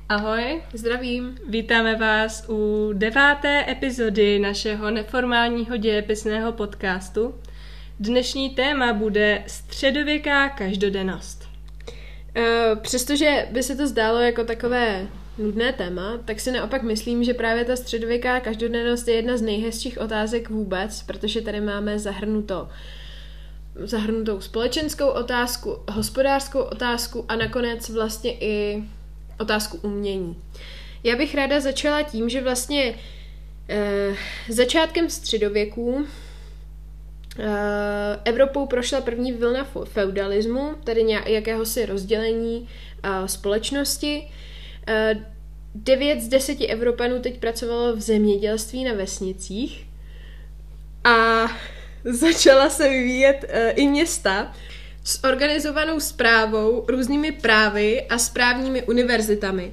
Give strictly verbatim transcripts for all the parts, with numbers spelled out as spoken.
Ahoj. Zdravím. Vítáme vás u deváté epizody našeho neformálního dějepisného podcastu. Dnešní téma bude středověká každodennost. Přestože by se to zdálo jako takové nudné téma, tak si naopak myslím, že právě ta středověká každodennost je jedna z nejhezčích otázek vůbec, protože tady máme zahrnuto zahrnutou společenskou otázku, hospodářskou otázku a nakonec vlastně i otázku umění. Já bych ráda začala tím, že vlastně eh, začátkem středověku eh, Evropou prošla první vlna feudalismu, tedy jakéhosi rozdělení eh, společnosti. Eh, devět z deseti Evropanů teď pracovalo v zemědělství na vesnicích a začala se vyvíjet uh, i města s organizovanou správou, různými právy a správními univerzitami.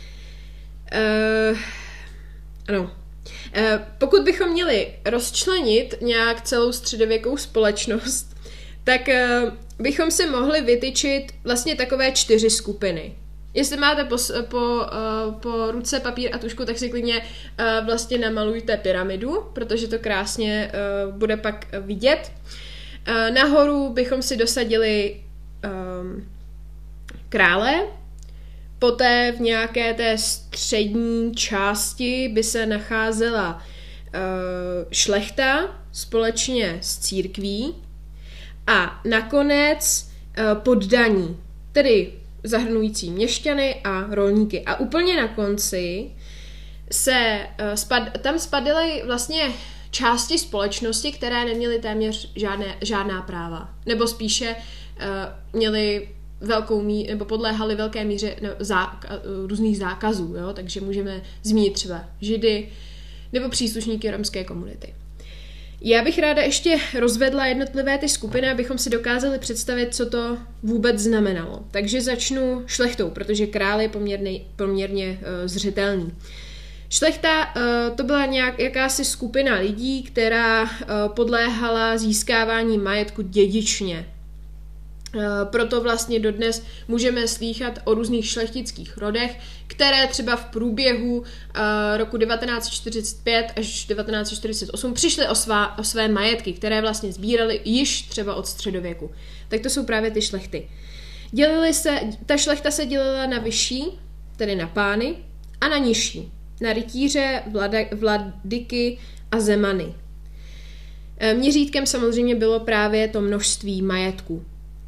Uh, ano. Uh, pokud bychom měli rozčlenit nějak celou středověkou společnost, tak uh, bychom si mohli vytyčit vlastně takové čtyři skupiny. Jestli máte po, po, uh, po ruce papír a tušku, tak si klidně uh, vlastně namalujte pyramidu, protože to krásně uh, bude pak vidět. Uh, nahoru bychom si dosadili um, krále, poté v nějaké té střední části by se nacházela uh, šlechta společně s církví a nakonec uh, poddaní, tedy zahrnující měšťany a rolníky. A úplně na konci se uh, spad, tam spadaly vlastně části společnosti, které neměly téměř žádné, žádná práva. Nebo spíše uh, měly velkou míru, nebo podléhaly velké míře no, zá, uh, různých zákazů. Jo? Takže můžeme zmínit třeba Židy nebo příslušníky romské komunity. Já bych ráda ještě rozvedla jednotlivé ty skupiny, abychom si dokázali představit, co to vůbec znamenalo. Takže začnu šlechtou, protože král je poměrně, poměrně uh, zřetelný. Šlechta uh, to byla nějak, jakási skupina lidí, která uh, podléhala získávání majetku dědičně. Uh, proto vlastně dodnes můžeme slýchat o různých šlechtických rodech, které třeba v průběhu uh, roku devatenáct čtyřicet pět až devatenáct čtyřicet osm přišly o, svá, o své majetky, které vlastně sbírali již třeba od středověku. Tak to jsou právě ty šlechty. Dělily se, ta šlechta se dělila na vyšší, tedy na pány, a na nižší, na rytíře, vlada, vladyky a zemany. E, měřítkem samozřejmě bylo právě to množství majetku.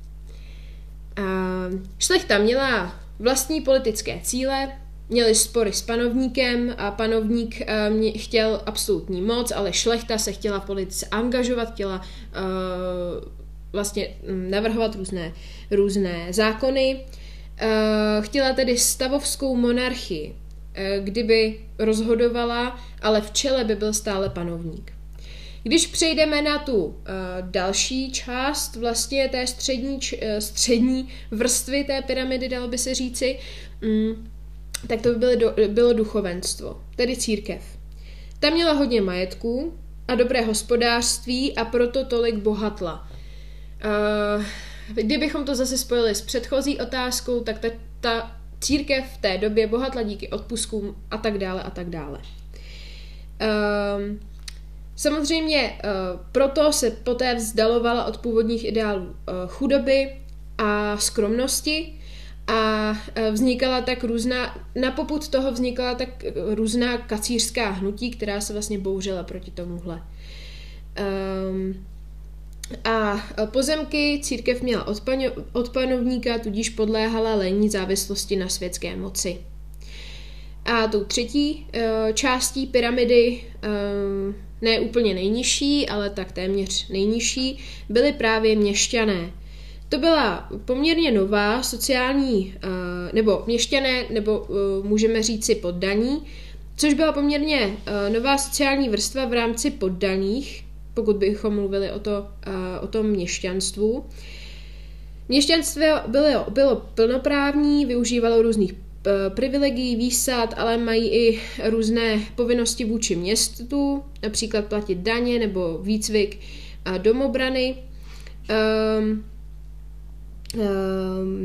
Šlechta měla vlastní politické cíle, měli spory s panovníkem a panovník uh, chtěl absolutní moc, ale šlechta se chtěla v politice angažovat, chtěla uh, vlastně navrhovat různé, různé zákony. Uh, chtěla tedy stavovskou monarchii, uh, kdyby rozhodovala, ale v čele by byl stále panovník. Když přejdeme na tu uh, další část vlastně té střední, č, uh, střední vrstvy té pyramidy, dalo by se říci, um, tak to by bylo, do, bylo duchovenstvo, tedy církev. Ta měla hodně majetku a dobré hospodářství a proto tolik bohatla. Uh, kdybychom to zase spojili s předchozí otázkou, tak ta, ta církev v té době bohatla díky odpustkům a tak dále a tak dále. Uh, Samozřejmě proto se poté vzdalovala od původních ideálů chudoby a skromnosti a vznikala tak různá, na popud toho vznikala tak různá kacířská hnutí, která se vlastně bouřila proti tomuhle. A pozemky církev měla od, paňo, od panovníka, tudíž podléhala lenní závislosti na světské moci. A tou třetí částí pyramidy, ne úplně nejnižší, ale tak téměř nejnižší, byly právě měšťané. To byla poměrně nová sociální, nebo měšťané, nebo můžeme říci poddaní, což byla poměrně nová sociální vrstva v rámci poddaných, pokud bychom mluvili o, to, o tom měšťanstvu. Měšťanství bylo, bylo plnoprávní, využívalo různých privilegií, výsad, ale mají i různé povinnosti vůči městu, například platit daně nebo výcvik a domobrany. Um, um,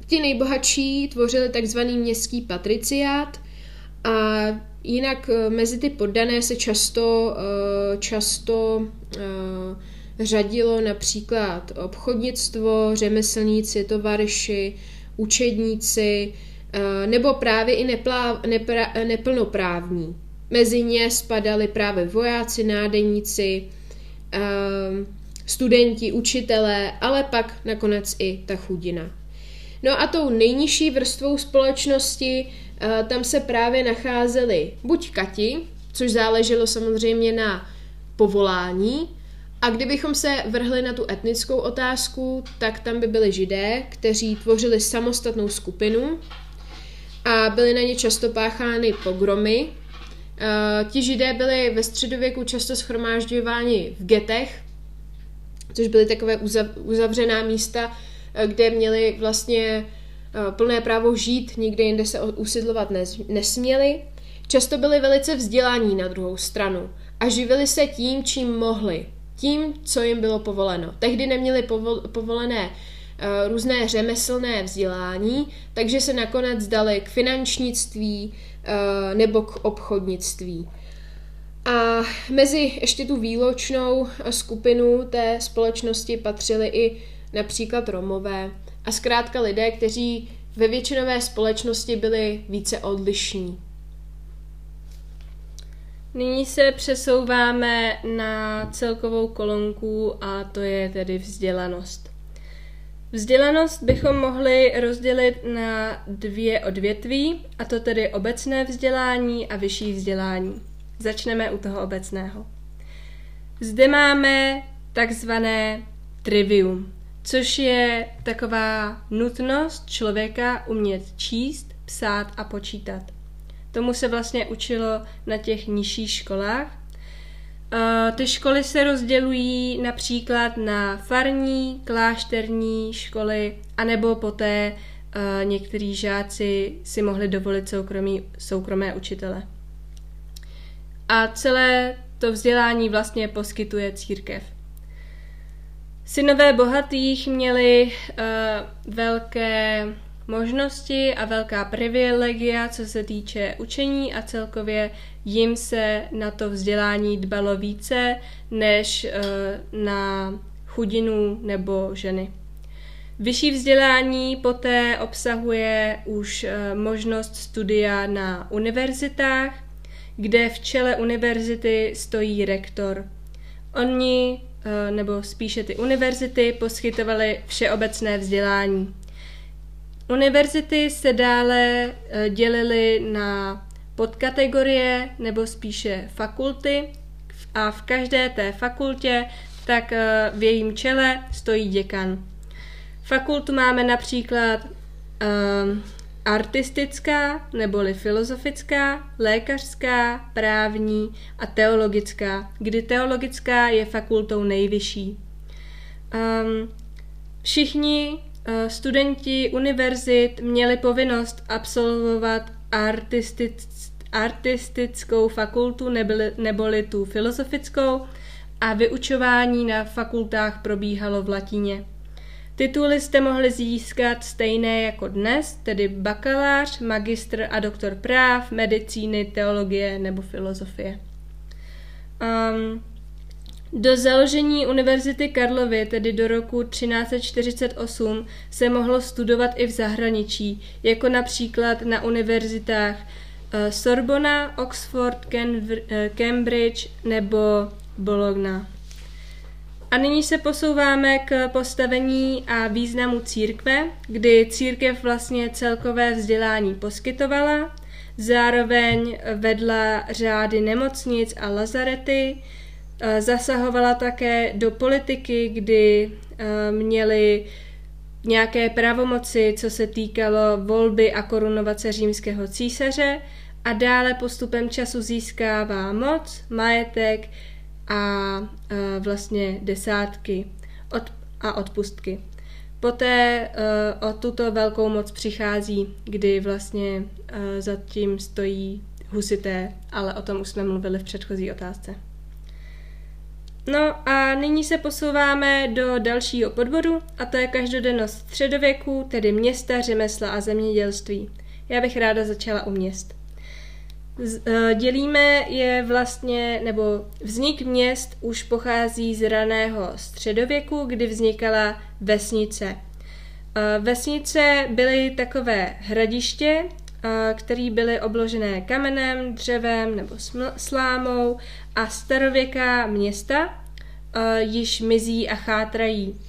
Ti nejbohatší tvořili takzvaný městský patriciát a jinak mezi ty poddané se často, často řadilo například obchodnictvo, řemeslníci, tovaryši, učedníci nebo právě i neplá, nepra, neplnoprávní. Mezi ně spadali právě vojáci, nádeníci, studenti, učitelé, ale pak nakonec i ta chudina. No a tou nejnižší vrstvou společnosti tam se právě nacházeli buď kati, což záleželo samozřejmě na povolání, a kdybychom se vrhli na tu etnickou otázku, tak tam by byli židé, kteří tvořili samostatnou skupinu a byly na ně často páchány pogromy. Ti židé byli ve středověku často shromážďováni v getech, což byly takové uzavřená místa, kde měli vlastně plné právo žít, nikde jinde se usidlovat nesměli. Často byli velice vzdělaní na druhou stranu a živili se tím, čím mohli, tím, co jim bylo povoleno. Tehdy neměli povol- povolené uh, různé řemeslné vzdělání, takže se nakonec dali k finančnictví uh, nebo k obchodnictví. A mezi ještě tu výločnou skupinu té společnosti patřili i například Romové a zkrátka lidé, kteří ve většinové společnosti byli více odlišní. Nyní se přesouváme na celkovou kolonku a to je tedy vzdělanost. Vzdělanost bychom mohli rozdělit na dvě odvětví, a to tedy obecné vzdělání a vyšší vzdělání. Začneme u toho obecného. Zde máme takzvané trivium, což je taková nutnost člověka umět číst, psát a počítat. Tomu se vlastně učilo na těch nižších školách. Ty školy se rozdělují například na farní, klášterní školy, anebo poté někteří žáci si mohli dovolit soukromí, soukromé učitele. A celé to vzdělání vlastně poskytuje církev. Synové bohatých měli uh, velké možnosti a velká privilegia, co se týče učení, a celkově jim se na to vzdělání dbalo více než uh, na chudinu nebo ženy. Vyšší vzdělání poté obsahuje už uh, možnost studia na univerzitách, kde v čele univerzity stojí rektor. Oni, nebo spíše ty univerzity, poskytovaly všeobecné vzdělání. Univerzity se dále dělily na podkategorie nebo spíše fakulty a v každé té fakultě tak v jejím čele stojí děkan. Fakultu máme například um, artistická neboli filozofická, lékařská, právní a teologická, kdy teologická je fakultou nejvyšší. Um, všichni uh, studenti univerzit měli povinnost absolvovat artistic, artistickou fakultu neboli, neboli tu filozofickou a vyučování na fakultách probíhalo v latině. Tituly jste mohli získat stejné jako dnes, tedy bakalář, magistr a doktor práv, medicíny, teologie nebo filozofie. Um, do založení Univerzity Karlovy, tedy do roku třináct set čtyřicet osm, se mohlo studovat i v zahraničí, jako například na univerzitách uh, Sorbona, Oxford, Ken- Cambridge nebo Bologna. A nyní se posouváme k postavení a významu církve, kdy církev vlastně celkové vzdělání poskytovala, zároveň vedla řády nemocnic a lazarety, zasahovala také do politiky, kdy měli nějaké pravomoci, co se týkalo volby a korunovace římského císaře, a dále postupem času získává moc, majetek a uh, vlastně desátky od, a odpustky. Poté uh, o tuto velkou moc přichází, kdy vlastně uh, za tím stojí husité, ale o tom už jsme mluvili v předchozí otázce. No a nyní se posouváme do dalšího podbodu a to je každodennost středověku, tedy města, řemesla a zemědělství. Já bych ráda začala u měst. Z, uh, dělíme je vlastně, nebo vznik měst už pochází z raného středověku, kdy vznikala vesnice. Uh, vesnice byly takové hradiště, uh, které byly obložené kamenem, dřevem nebo sml- slámou a starověká města uh, již mizí a chátrají.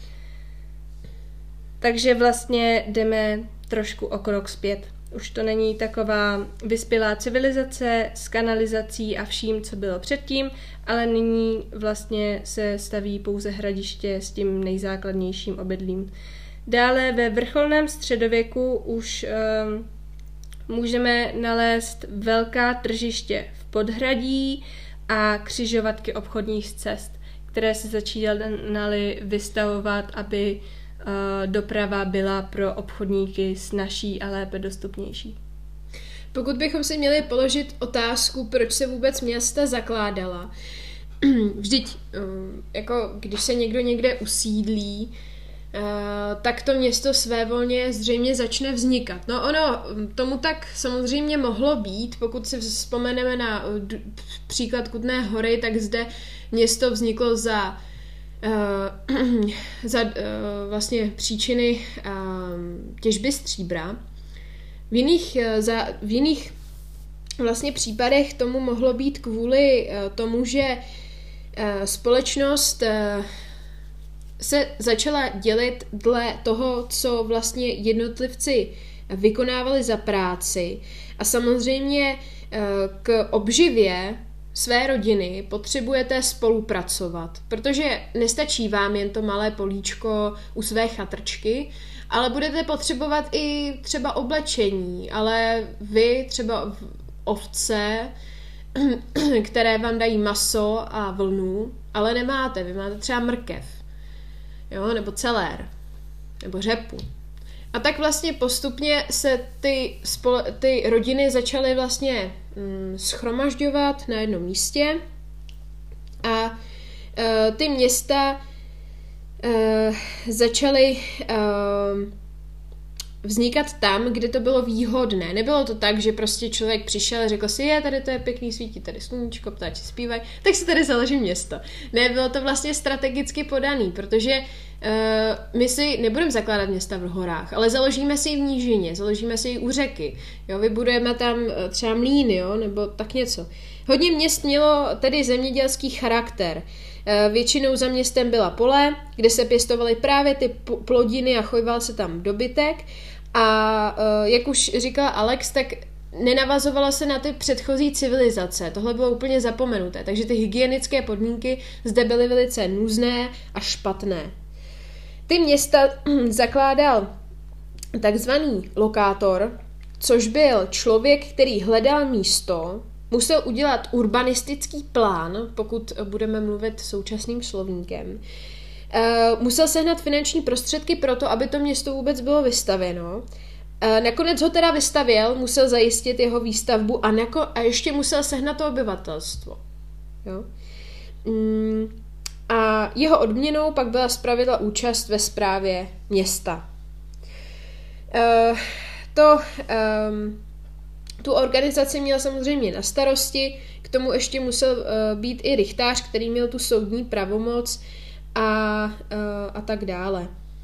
Takže vlastně jdeme trošku o krok zpět. Už to není taková vyspělá civilizace s kanalizací a vším, co bylo předtím, ale nyní vlastně se staví pouze hradiště s tím nejzákladnějším obydlím. Dále ve vrcholném středověku už um, můžeme nalézt velká tržiště v podhradí a křižovatky obchodních cest, které se začínaly vystavovat, aby doprava byla pro obchodníky snazší a lépe dostupnější. Pokud bychom si měli položit otázku, proč se vůbec města zakládala, vždyť, jako když se někdo někde usídlí, tak to město svévolně zřejmě začne vznikat. No ono, tomu tak samozřejmě mohlo být, pokud si vzpomeneme na příklad Kutné Hory, tak zde město vzniklo za Uh, za uh, vlastně příčiny uh, těžby stříbra. V jiných, uh, za, v jiných vlastně případech tomu mohlo být kvůli uh, tomu, že uh, společnost uh, se začala dělit dle toho, co vlastně jednotlivci vykonávali za práci. A samozřejmě uh, k obživě své rodiny potřebujete spolupracovat, protože nestačí vám jen to malé políčko u své chatrčky, ale budete potřebovat i třeba oblečení, ale vy třeba ovce, které vám dají maso a vlnu, ale nemáte, vy máte třeba mrkev, jo, nebo celér, nebo řepu. A tak vlastně postupně se ty, spole- ty rodiny začaly vlastně mm, schromažďovat na jednom místě a e, ty města e, začaly e, vznikat tam, kde to bylo výhodné. Nebylo to tak, že prostě člověk přišel a řekl si, je, tady to je pěkný, svítí tady sluníčko, ptáči zpívají, tak si tady založím město. Ne, bylo to vlastně strategicky podaný, protože Uh, my si nebudeme zakládat města v horách, ale založíme si ji v nížině, založíme si ji u řeky, jo, vybudujeme tam třeba mlýny, jo, nebo tak něco. Hodně měst mělo tedy zemědělský charakter. Uh, většinou za městem byla pole, kde se pěstovaly právě ty plodiny a choval se tam dobytek a uh, jak už říkala Alex, tak nenavazovala se na ty předchozí civilizace. Tohle bylo úplně zapomenuté, takže ty hygienické podmínky zde byly velice nůzné a špatné. Ty města zakládal takzvaný lokátor, což byl člověk, který hledal místo, musel udělat urbanistický plán, pokud budeme mluvit současným slovníkem. Musel sehnat finanční prostředky pro to, aby to město vůbec bylo vystavěno. Nakonec ho teda vystavěl, musel zajistit jeho výstavbu a, nako- a ještě musel sehnat to obyvatelstvo. Jo? Mm. A jeho odměnou pak byla zpravidla účast ve správě města. Uh, to, um, tu organizaci měl samozřejmě na starosti, k tomu ještě musel uh, být i rychtář, který měl tu soudní pravomoc a, uh, a tak dále.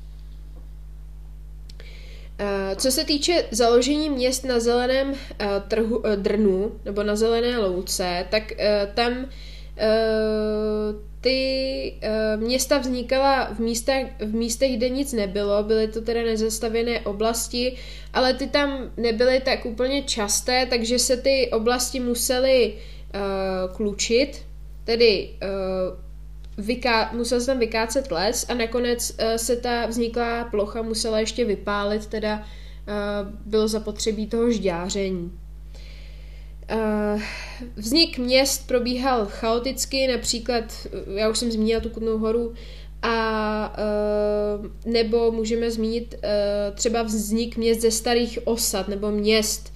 Uh, co se týče založení měst na zeleném uh, trhu, uh, drnu nebo na zelené louce, tak uh, tam uh, ty uh, města vznikala v místech, v místech, kde nic nebylo, byly to teda nezastavěné oblasti, ale ty tam nebyly tak úplně časté, takže se ty oblasti musely uh, klučit, tedy uh, vyká- musel se tam vykácet les a nakonec uh, se ta vzniklá plocha musela ještě vypálit, teda uh, bylo zapotřebí toho žďáření. Uh, vznik měst probíhal chaoticky, například, já už jsem zmínila tu Kutnou Horu, a uh, nebo můžeme zmínit uh, třeba vznik měst ze starých osad, nebo měst,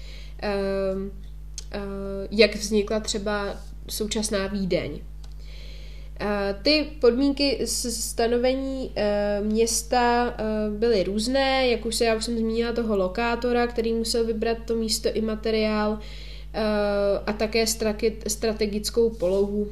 uh, uh, jak vznikla třeba současná Vídeň. Ty podmínky stanovení města byly různé, jak už se já už jsem zmínila toho lokátora, který musel vybrat to místo i materiál a také strategickou polohu.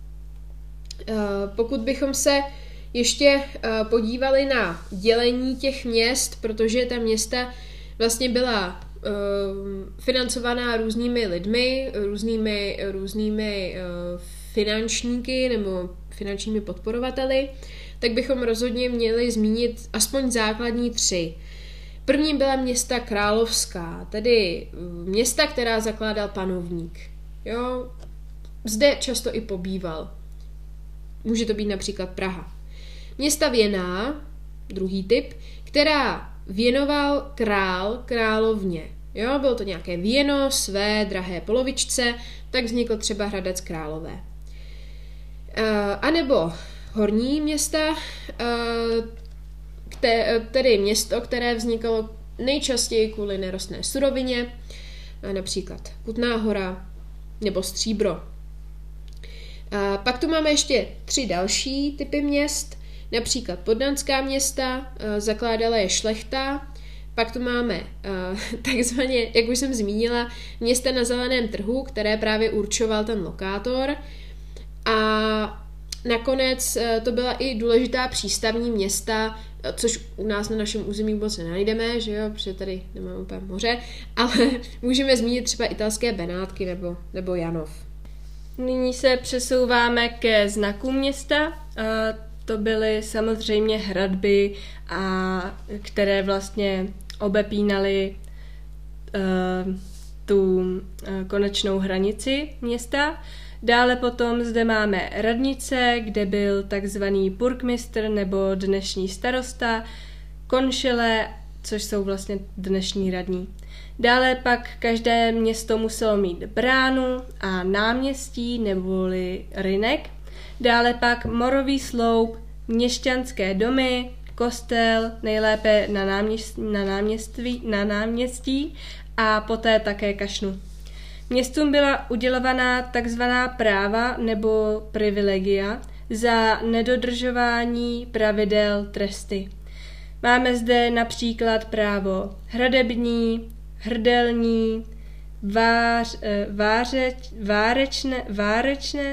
Pokud bychom se ještě podívali na dělení těch měst, protože ta města vlastně byla financovaná různými lidmi, různými, různými finančníky nebo finančními podporovateli, tak bychom rozhodně měli zmínit aspoň základní tři. První byla města královská, tedy města, která zakládal panovník. Jo? Zde často i pobýval. Může to být například Praha. Města věnná, druhý typ, která věnoval král královně. Jo, bylo to nějaké věno své drahé polovičce, tak vznikl třeba Hradec Králové. Uh, a nebo horní města, uh, které, tedy město, které vznikalo nejčastěji kvůli nerostné surovině, uh, například Kutná Hora nebo Stříbro. Uh, pak tu máme ještě tři další typy měst, například poddanská města, uh, zakládala je šlechta. Pak tu máme uh, takzvaně, jak už jsem zmínila, města na zeleném trhu, které právě určoval ten lokátor. A nakonec uh, to byla i důležitá přístavní města, což u nás na našem území vůbec nenajdeme, že jo, protože tady nemáme úplně moře, ale můžeme zmínit třeba italské Benátky nebo, nebo Janov. Nyní se přesouváme ke znakům města. Uh, to byly samozřejmě hradby, a které vlastně obepínaly uh, tu uh, konečnou hranici města. Dále potom zde máme radnice, kde byl takzvaný burgmistr nebo dnešní starosta, konšele, což jsou vlastně dnešní radní. Dále pak každé město muselo mít bránu a náměstí neboli rynek. Dále pak morový sloup, měšťanské domy, kostel, nejlépe na, náměstí, na, náměstí, na náměstí a poté také kašnu. Městům byla udělovaná takzvaná práva nebo privilegia za nedodržování pravidel tresty. Máme zde například právo hradební, hrdelní, vář, vářeč, várečne, várečné,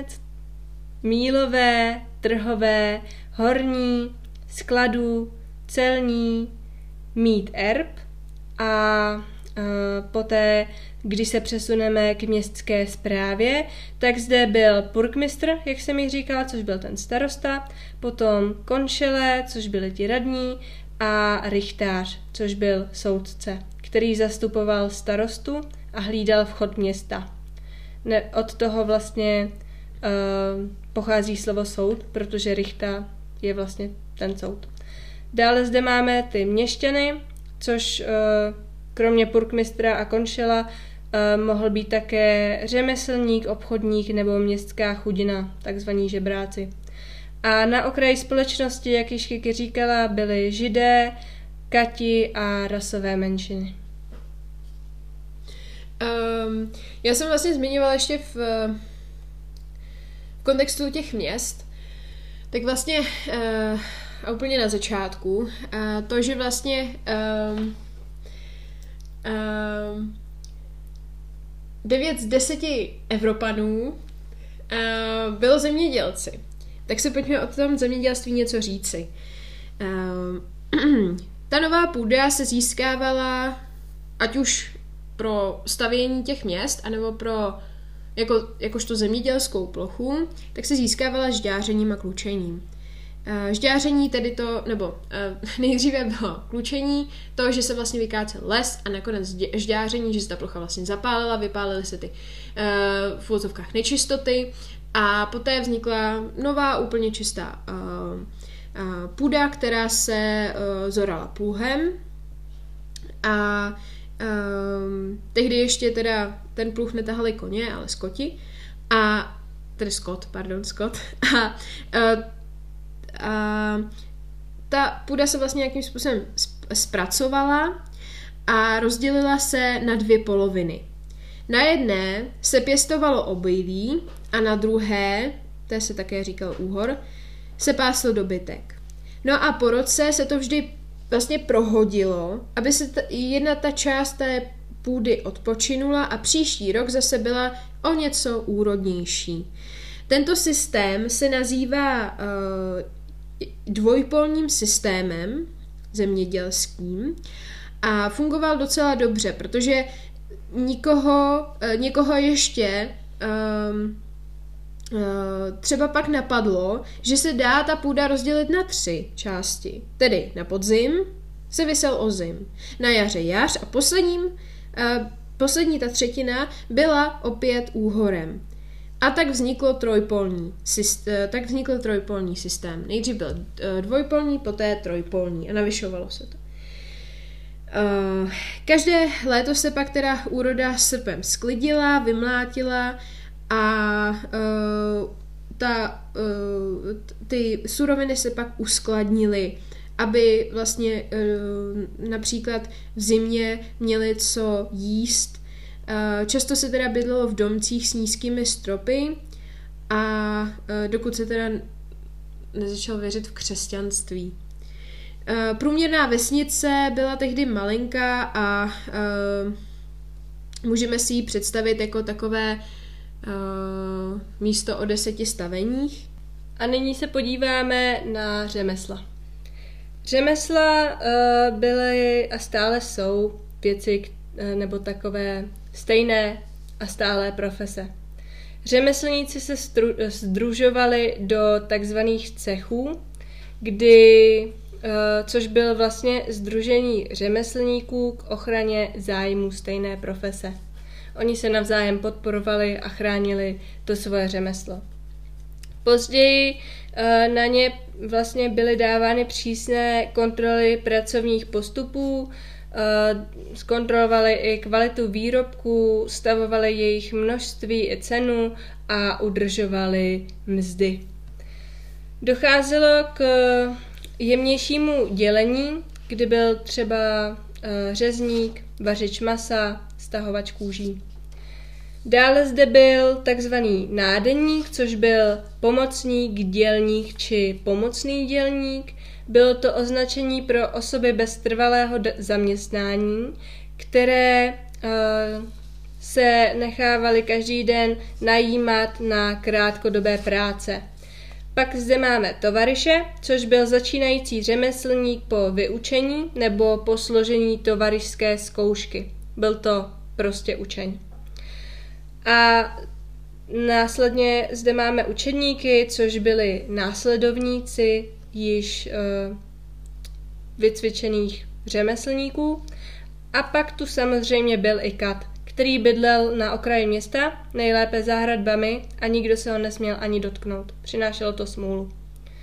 mílové, trhové, horní, skladů, celní, mít erb a e, poté, když se přesuneme k městské správě, tak zde byl burgmistr, jak jsem ji říkala, což byl ten starosta, potom konšele, což byli ti radní, a richtář, což byl soudce, který zastupoval starostu a hlídal vchod města. Ne, od toho vlastně uh, pochází slovo soud, protože richta je vlastně ten soud. Dále zde máme ty měšťany, což uh, kromě burgmistra a konšela uh, mohl být také řemeslník, obchodník nebo městská chudina, takzvaní žebráci. A na okraji společnosti, jak již Kiki říkala, byli židé, kati a rasové menšiny. Um, já jsem vlastně zmiňovala ještě v, v kontextu těch měst, tak vlastně uh, a úplně na začátku, uh, to, že vlastně um, um, devět z deseti Evropanů uh, bylo zemědělci. Tak se pojďme o tom zemědělství něco říci. Um, ta nová půda se získávala ať už pro stavění těch měst, anebo pro jako, jakožto zemědělskou plochu, tak se získávala žďářením a klučením. Uh, žďáření tedy to, nebo uh, nejdříve bylo klučení, to, že se vlastně vykácel les a nakonec žďáření, že se ta plocha vlastně zapálila, vypálily se ty uh, v vozovkách nečistoty a poté vznikla nová úplně čistá uh, uh, půda, která se uh, zorala pluhem a um, tehdy ještě teda ten pluh netahali koně, ale skoti a tedy skot, pardon, skot a uh, A ta půda se vlastně nějakým způsobem zpracovala a rozdělila se na dvě poloviny. Na jedné se pěstovalo obilí a na druhé té se také říkal úhor, se pásl dobytek. No a po roce se to vždy vlastně prohodilo, aby se ta, jedna ta část té půdy odpočinula a příští rok zase byla o něco úrodnější. Tento systém se nazývá uh, dvojpolním systémem zemědělským a fungoval docela dobře, protože nikoho, uh, někoho ještě um, uh, třeba pak napadlo, že se dá ta půda rozdělit na tři části. Tedy na podzim se visel ozim, na jaře jař a posledním, uh, poslední ta třetina byla opět úhorem. A tak vzniklo trojpolní, tak vznikl trojpolní systém. Nejdřív byl dvojpolní, poté trojpolní a navyšovalo se to. Každé léto se pak teda úroda srpem sklidila, vymlátila a ta, ty suroviny se pak uskladnily, aby vlastně například v zimě měli co jíst. Často se teda bydlelo v domcích s nízkými stropy a dokud se teda nezačal věřit v křesťanství. Průměrná vesnice byla tehdy malinká a můžeme si ji představit jako takové místo o deseti staveních. A nyní se podíváme na řemesla. Řemesla byly a stále jsou věci, nebo takové stejné a stálé profese. Řemeslníci se stru- sdružovali do takzvaných cechů, kdy, což byl vlastně sdružení řemeslníků k ochraně zájmů stejné profese. Oni se navzájem podporovali a chránili to svoje řemeslo. Později na ně vlastně byly dávány přísné kontroly pracovních postupů, zkontrolovali i kvalitu výrobků, stavovali jejich množství i cenu a udržovali mzdy. Docházelo k jemnějšímu dělení, kdy byl třeba řezník, vařič masa, stahovač kůží. Dále zde byl takzvaný nádeník, což byl pomocník, dělník či pomocný dělník. Bylo to označení pro osoby bez trvalého d- zaměstnání, které uh, se nechávaly každý den najímat na krátkodobé práce. Pak zde máme tovaryše, což byl začínající řemeslník po vyučení nebo po složení tovaryšské zkoušky. Byl to prostě učeň. A následně zde máme učedníky, což byli následovníci již uh, vycvičených řemeslníků. A pak tu samozřejmě byl i kat, který bydlel na okraji města, nejlépe za hradbami a nikdo se ho nesměl ani dotknout. Přinášelo to smůlu. Um,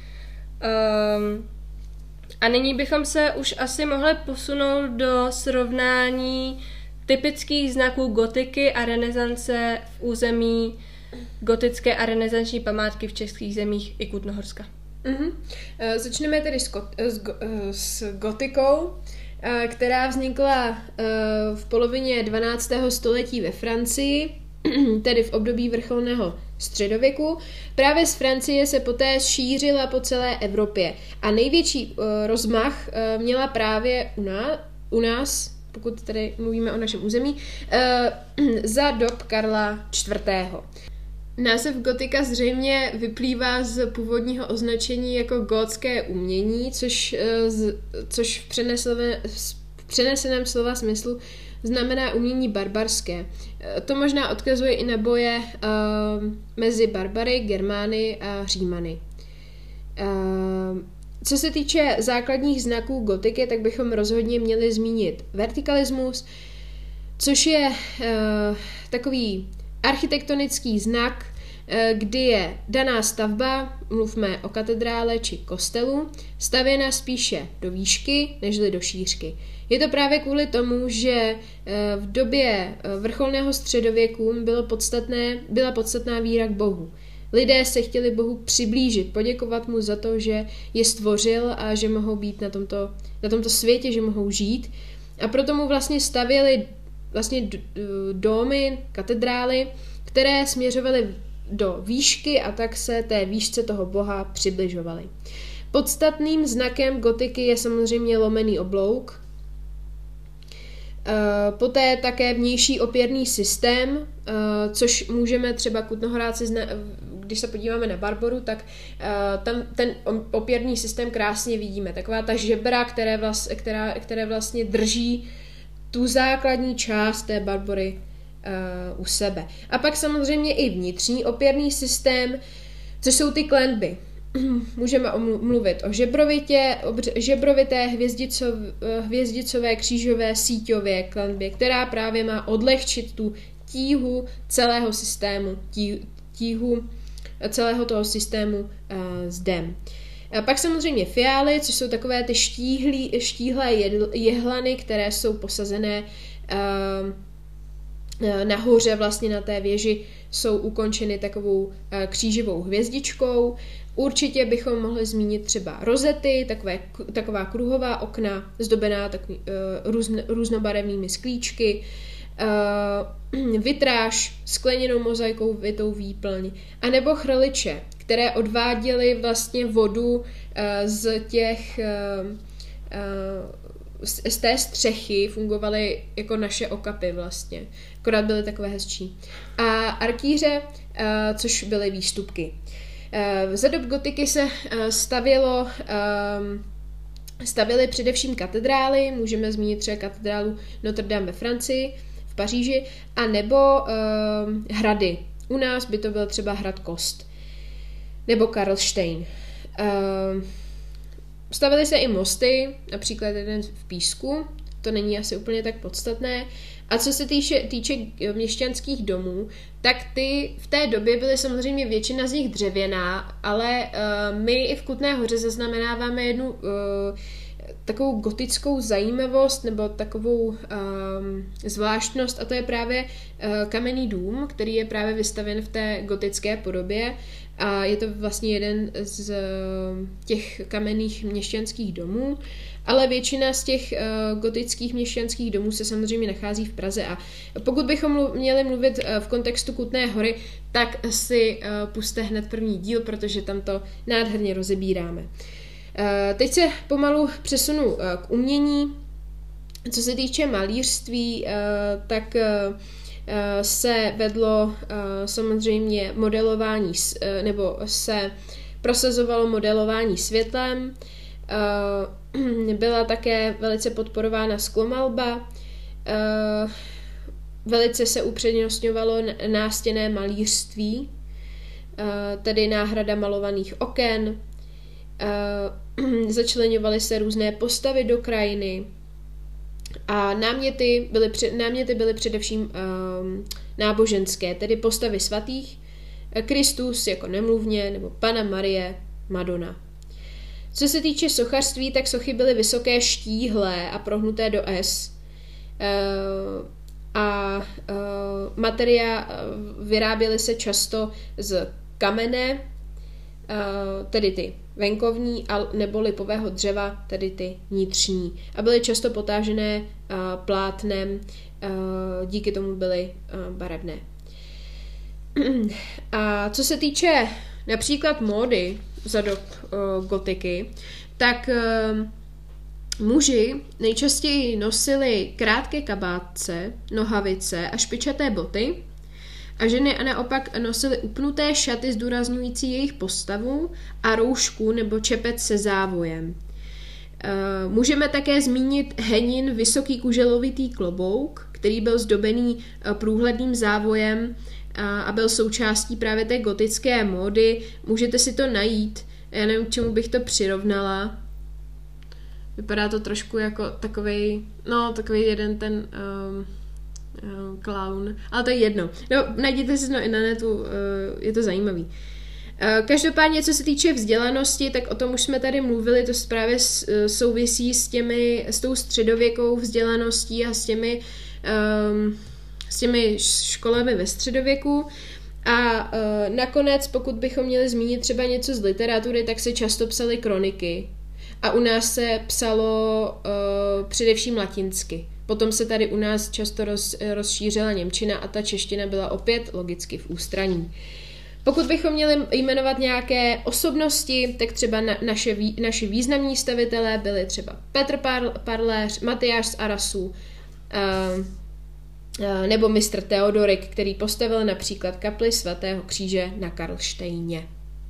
a nyní bychom se už asi mohli posunout do srovnání typických znaků gotiky a renesance v území gotické a renesanční památky v českých zemích i Kutnohorska. Uh-huh. Uh, začneme tedy s, got, s, go, uh, s gotikou, uh, která vznikla uh, v polovině dvanáctého století ve Francii, tedy v období vrcholného středověku. Právě z Francie se poté šířila po celé Evropě a největší uh, rozmach uh, měla právě u, ná, u nás, pokud tady mluvíme o našem území, uh, za dob Karla čtvrtého. Název gotika zřejmě vyplývá z původního označení jako gótské umění, což, což v, v přeneseném slova smyslu znamená umění barbarské. To možná odkazuje i na boje uh, mezi barbary, Germány a Římany. Uh, co se týče základních znaků gotiky, tak bychom rozhodně měli zmínit vertikalismus, což je uh, takový architektonický znak, kdy je daná stavba, mluvme o katedrále či kostelu, stavěna spíše do výšky nežli do šířky. Je to právě kvůli tomu, že v době vrcholného středověku bylo podstatné, byla podstatná víra k Bohu. Lidé se chtěli Bohu přiblížit, poděkovat mu za to, že je stvořil a že mohou být na tomto, na tomto světě, že mohou žít. A proto mu vlastně stavěli vlastně domy, katedrály, které směřovaly do výšky a tak se té výšce toho boha přibližovali. Podstatným znakem gotiky je samozřejmě lomený oblouk, poté také vnější opěrný systém, což můžeme třeba Kutnohoráci, když se podíváme na Barboru, tak tam ten opěrný systém krásně vidíme. Taková ta žebra, které, vlast, která, které vlastně drží tu základní část té Barbory u sebe. A pak samozřejmě i vnitřní opěrný systém, což jsou ty klenby. Můžeme mluvit o žebrovitě, o žebrovité hvězdicov, hvězdicové křížové síťové klenbě, která právě má odlehčit tu tíhu celého systému, tí, tíhu celého toho systému uh, zdem. A pak samozřejmě fiály, což jsou takové ty štíhlý, štíhlé jehlany, které jsou posazené uh, nahoře vlastně na té věži, jsou ukončeny takovou uh, křížovou hvězdičkou. Určitě bychom mohli zmínit třeba rozety, takové, taková kruhová okna, zdobená takový, uh, různ, různobarevnými sklíčky, uh, vitráž, skleněnou mozaikou vitou výplň, anebo chrliče, které odváděly vlastně vodu uh, z těch uh, uh, z, z té střechy, fungovaly jako naše okapy vlastně, akorát byly takové hezčí. A arkýře, uh, což byly výstupky. Za dob gotiky se stavělo, stavěly především katedrály, můžeme zmínit třeba katedrálu Notre Dame ve Francii, v Paříži, a nebo hrady. U nás by to byl třeba hrad Kost, nebo Karlštejn. Stavily se i mosty, například jeden v Písku, to není asi úplně tak podstatné. A co se týče, týče měšťanských domů, tak ty v té době byly samozřejmě většina z nich dřevěná, ale uh, my i v Kutné Hoře zaznamenáváme jednu uh, takovou gotickou zajímavost nebo takovou um, zvláštnost, a to je právě uh, kamenný dům, který je právě vystavěn v té gotické podobě. A je to vlastně jeden z uh, těch kamenných měšťanských domů, ale většina z těch uh, gotických měšťanských domů se samozřejmě nachází v Praze. A pokud bychom mluv, měli mluvit uh, v kontextu Kutné Hory, tak si uh, puste hned první díl, protože tam to nádherně rozebíráme. Uh, teď se pomalu přesunu uh, k umění. Co se týče malířství, uh, tak uh, se vedlo samozřejmě modelování, nebo se prosazovalo modelování světlem, byla také velice podporována sklomalba, velice se upřednostňovalo nástěnné malířství, tedy náhrada malovaných oken, začleňovaly se různé postavy do krajiny, a náměty byly, náměty byly především um, náboženské, tedy postavy svatých, Kristus jako nemluvně, nebo Panna Marie, Madonna. Co se týče sochařství, tak sochy byly vysoké, štíhlé a prohnuté do S. Uh, a uh, materia uh, vyráběly se často z kamene, uh, tedy ty venkovní, nebo lipového dřeva, tedy ty vnitřní. A byly často potážené uh, plátnem, uh, díky tomu byly uh, barevné. A co se týče například módy za dob uh, gotiky, tak uh, muži nejčastěji nosili krátké kabátce, nohavice a špičaté boty, a ženy a naopak nosily upnuté šaty zdůrazňující jejich postavu a roušku nebo čepec se závojem. E, můžeme také zmínit henin vysoký kuželovitý klobouk, který byl zdobený průhledným závojem a, a byl součástí právě té gotické módy. Můžete si to najít, já nevím, k čemu bych to přirovnala. Vypadá to trošku jako takovej, no takový jeden ten... Um, clown, ale to je jedno. No, najděte si to i na netu, je to zajímavý. Každopádně, co se týče vzdělanosti, tak o tom už jsme tady mluvili, to právě souvisí s těmi, s tou středověkou vzdělaností a s těmi, um, s těmi školami ve středověku. A uh, nakonec, pokud bychom měli zmínit třeba něco z literatury, tak se často psaly kroniky. A u nás se psalo uh, především latinsky. Potom se tady u nás často roz, rozšířila němčina a ta čeština byla opět logicky v ústraní. Pokud bychom měli jmenovat nějaké osobnosti, tak třeba na, naše, naši významní stavitelé byli třeba Petr Parléř, Matyáš z Arasů, uh, uh, nebo mistr Teodorik, který postavil například kapli svatého kříže na Karlštejně.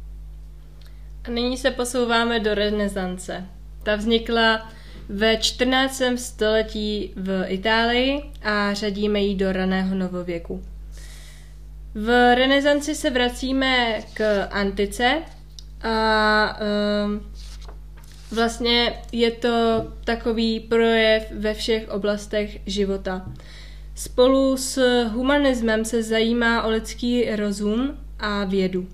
A nyní se posouváme do renesance. Ta vznikla ve čtrnáctém století v Itálii a řadíme ji do raného novověku. V renesanci se vracíme k antice a um, vlastně je to takový projev ve všech oblastech života. Spolu s humanismem se zajímá o lidský rozum a vědu.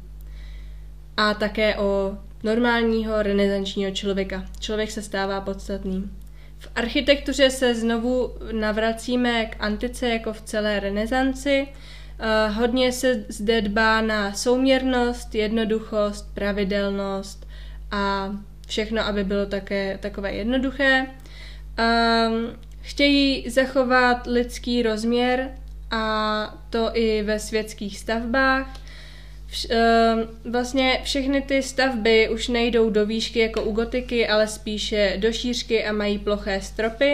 A také o normálního renesančního člověka. Člověk se stává podstatným. V architektuře se znovu navracíme k antice jako v celé renesanci. Uh, hodně se zde dbá na souměrnost, jednoduchost, pravidelnost a všechno, aby bylo také takové jednoduché. Um, chtějí zachovat lidský rozměr a to i ve světských stavbách. Vš, uh, vlastně všechny ty stavby už nejdou do výšky jako u gotiky, ale spíše do šířky a mají ploché stropy.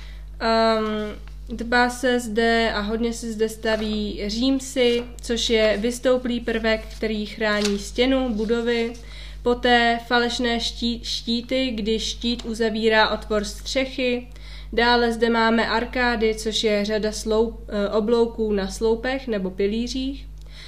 Um, Dbá se zde a hodně se zde staví římsy, což je vystouplý prvek, který chrání stěnu budovy. Poté falešné ští, štíty, kdy štít uzavírá otvor střechy. Dále zde máme arkády, což je řada sloup, oblouků na sloupech nebo pilířích.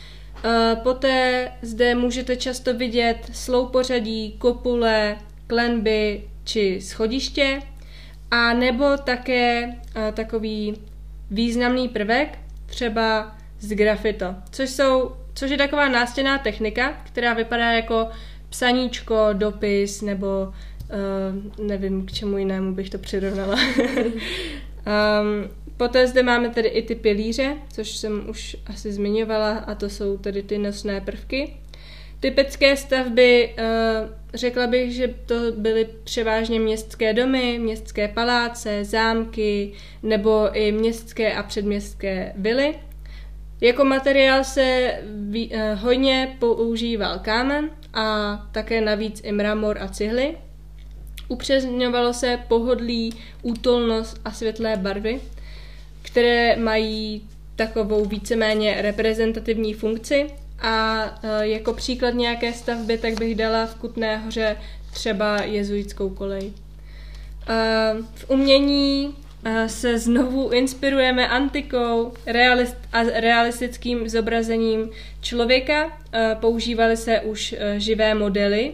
Poté zde můžete často vidět sloupořadí, kopule, klenby či schodiště. A nebo také uh, takový významný prvek, třeba z grafito, což, jsou, což je taková nástěnná technika, která vypadá jako psaníčko, dopis, nebo uh, nevím, k čemu jinému bych to přirovnala. um, poté zde máme tedy i ty pilíře, což jsem už asi zmiňovala, a to jsou tedy ty nosné prvky. Typické stavby, řekla bych, že to byly převážně městské domy, městské paláce, zámky nebo i městské a předměstské vily. Jako materiál se hojně používal kámen a také navíc i mramor a cihly. Upřesňovalo se pohodlí, útulnost a světlé barvy, které mají takovou víceméně reprezentativní funkci. A jako příklad nějaké stavby, tak bych dala v Kutné Hoře třeba jezuitskou kolej. V umění se znovu inspirujeme antikou realist a realistickým zobrazením člověka. Používaly se už živé modely.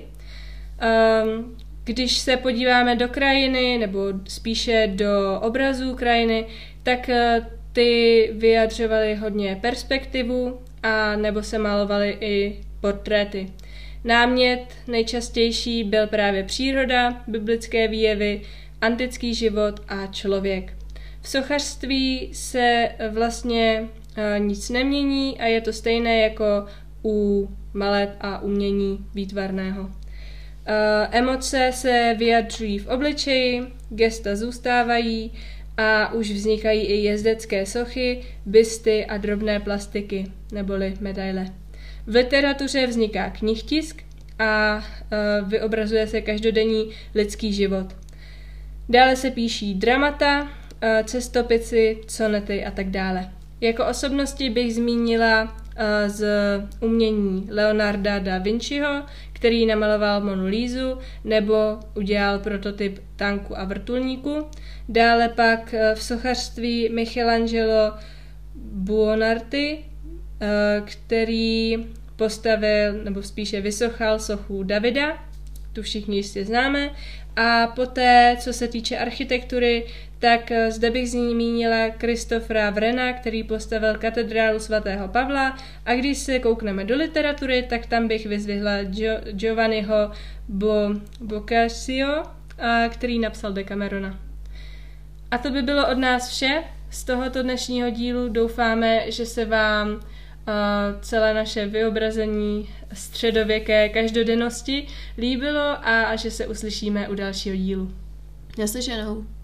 Když se podíváme do krajiny, nebo spíše do obrazů krajiny, tak ty vyjadřovaly hodně perspektivu, a nebo se malovaly i portréty. Námět nejčastější byl právě příroda, biblické výjevy, antický život a člověk. V sochařství se vlastně uh, nic nemění a je to stejné jako u maleb a umění výtvarného. Uh, emoce se vyjadřují v obličeji, gesta zůstávají a už vznikají i jezdecké sochy, bysty a drobné plastiky, neboli medaile. V literatuře vzniká knihtisk a uh, vyobrazuje se každodenní lidský život. Dále se píší dramata, uh, cestopisy, sonety a tak dále. Jako osobnosti bych zmínila uh, z umění Leonarda da Vinciho, který namaloval Monu Lízu nebo udělal prototyp tanku a vrtulníku. Dále pak v sochařství Michelangelo Buonarroti, který postavil, nebo spíše vysochal sochu Davida, tu všichni jistě známe. A poté, co se týče architektury, tak zde bych zmínila Kristofra Vrena, který postavil katedrálu svatého Pavla, a když se koukneme do literatury, tak tam bych vyzvihla Gio- Giovanniho Bo- Boccaccio, který napsal Decamerona. A to by bylo od nás vše z tohoto dnešního dílu. Doufáme, že se vám uh, celé naše vyobrazení středověké každodennosti líbilo a že se uslyšíme u dalšího dílu. Naslyšenou.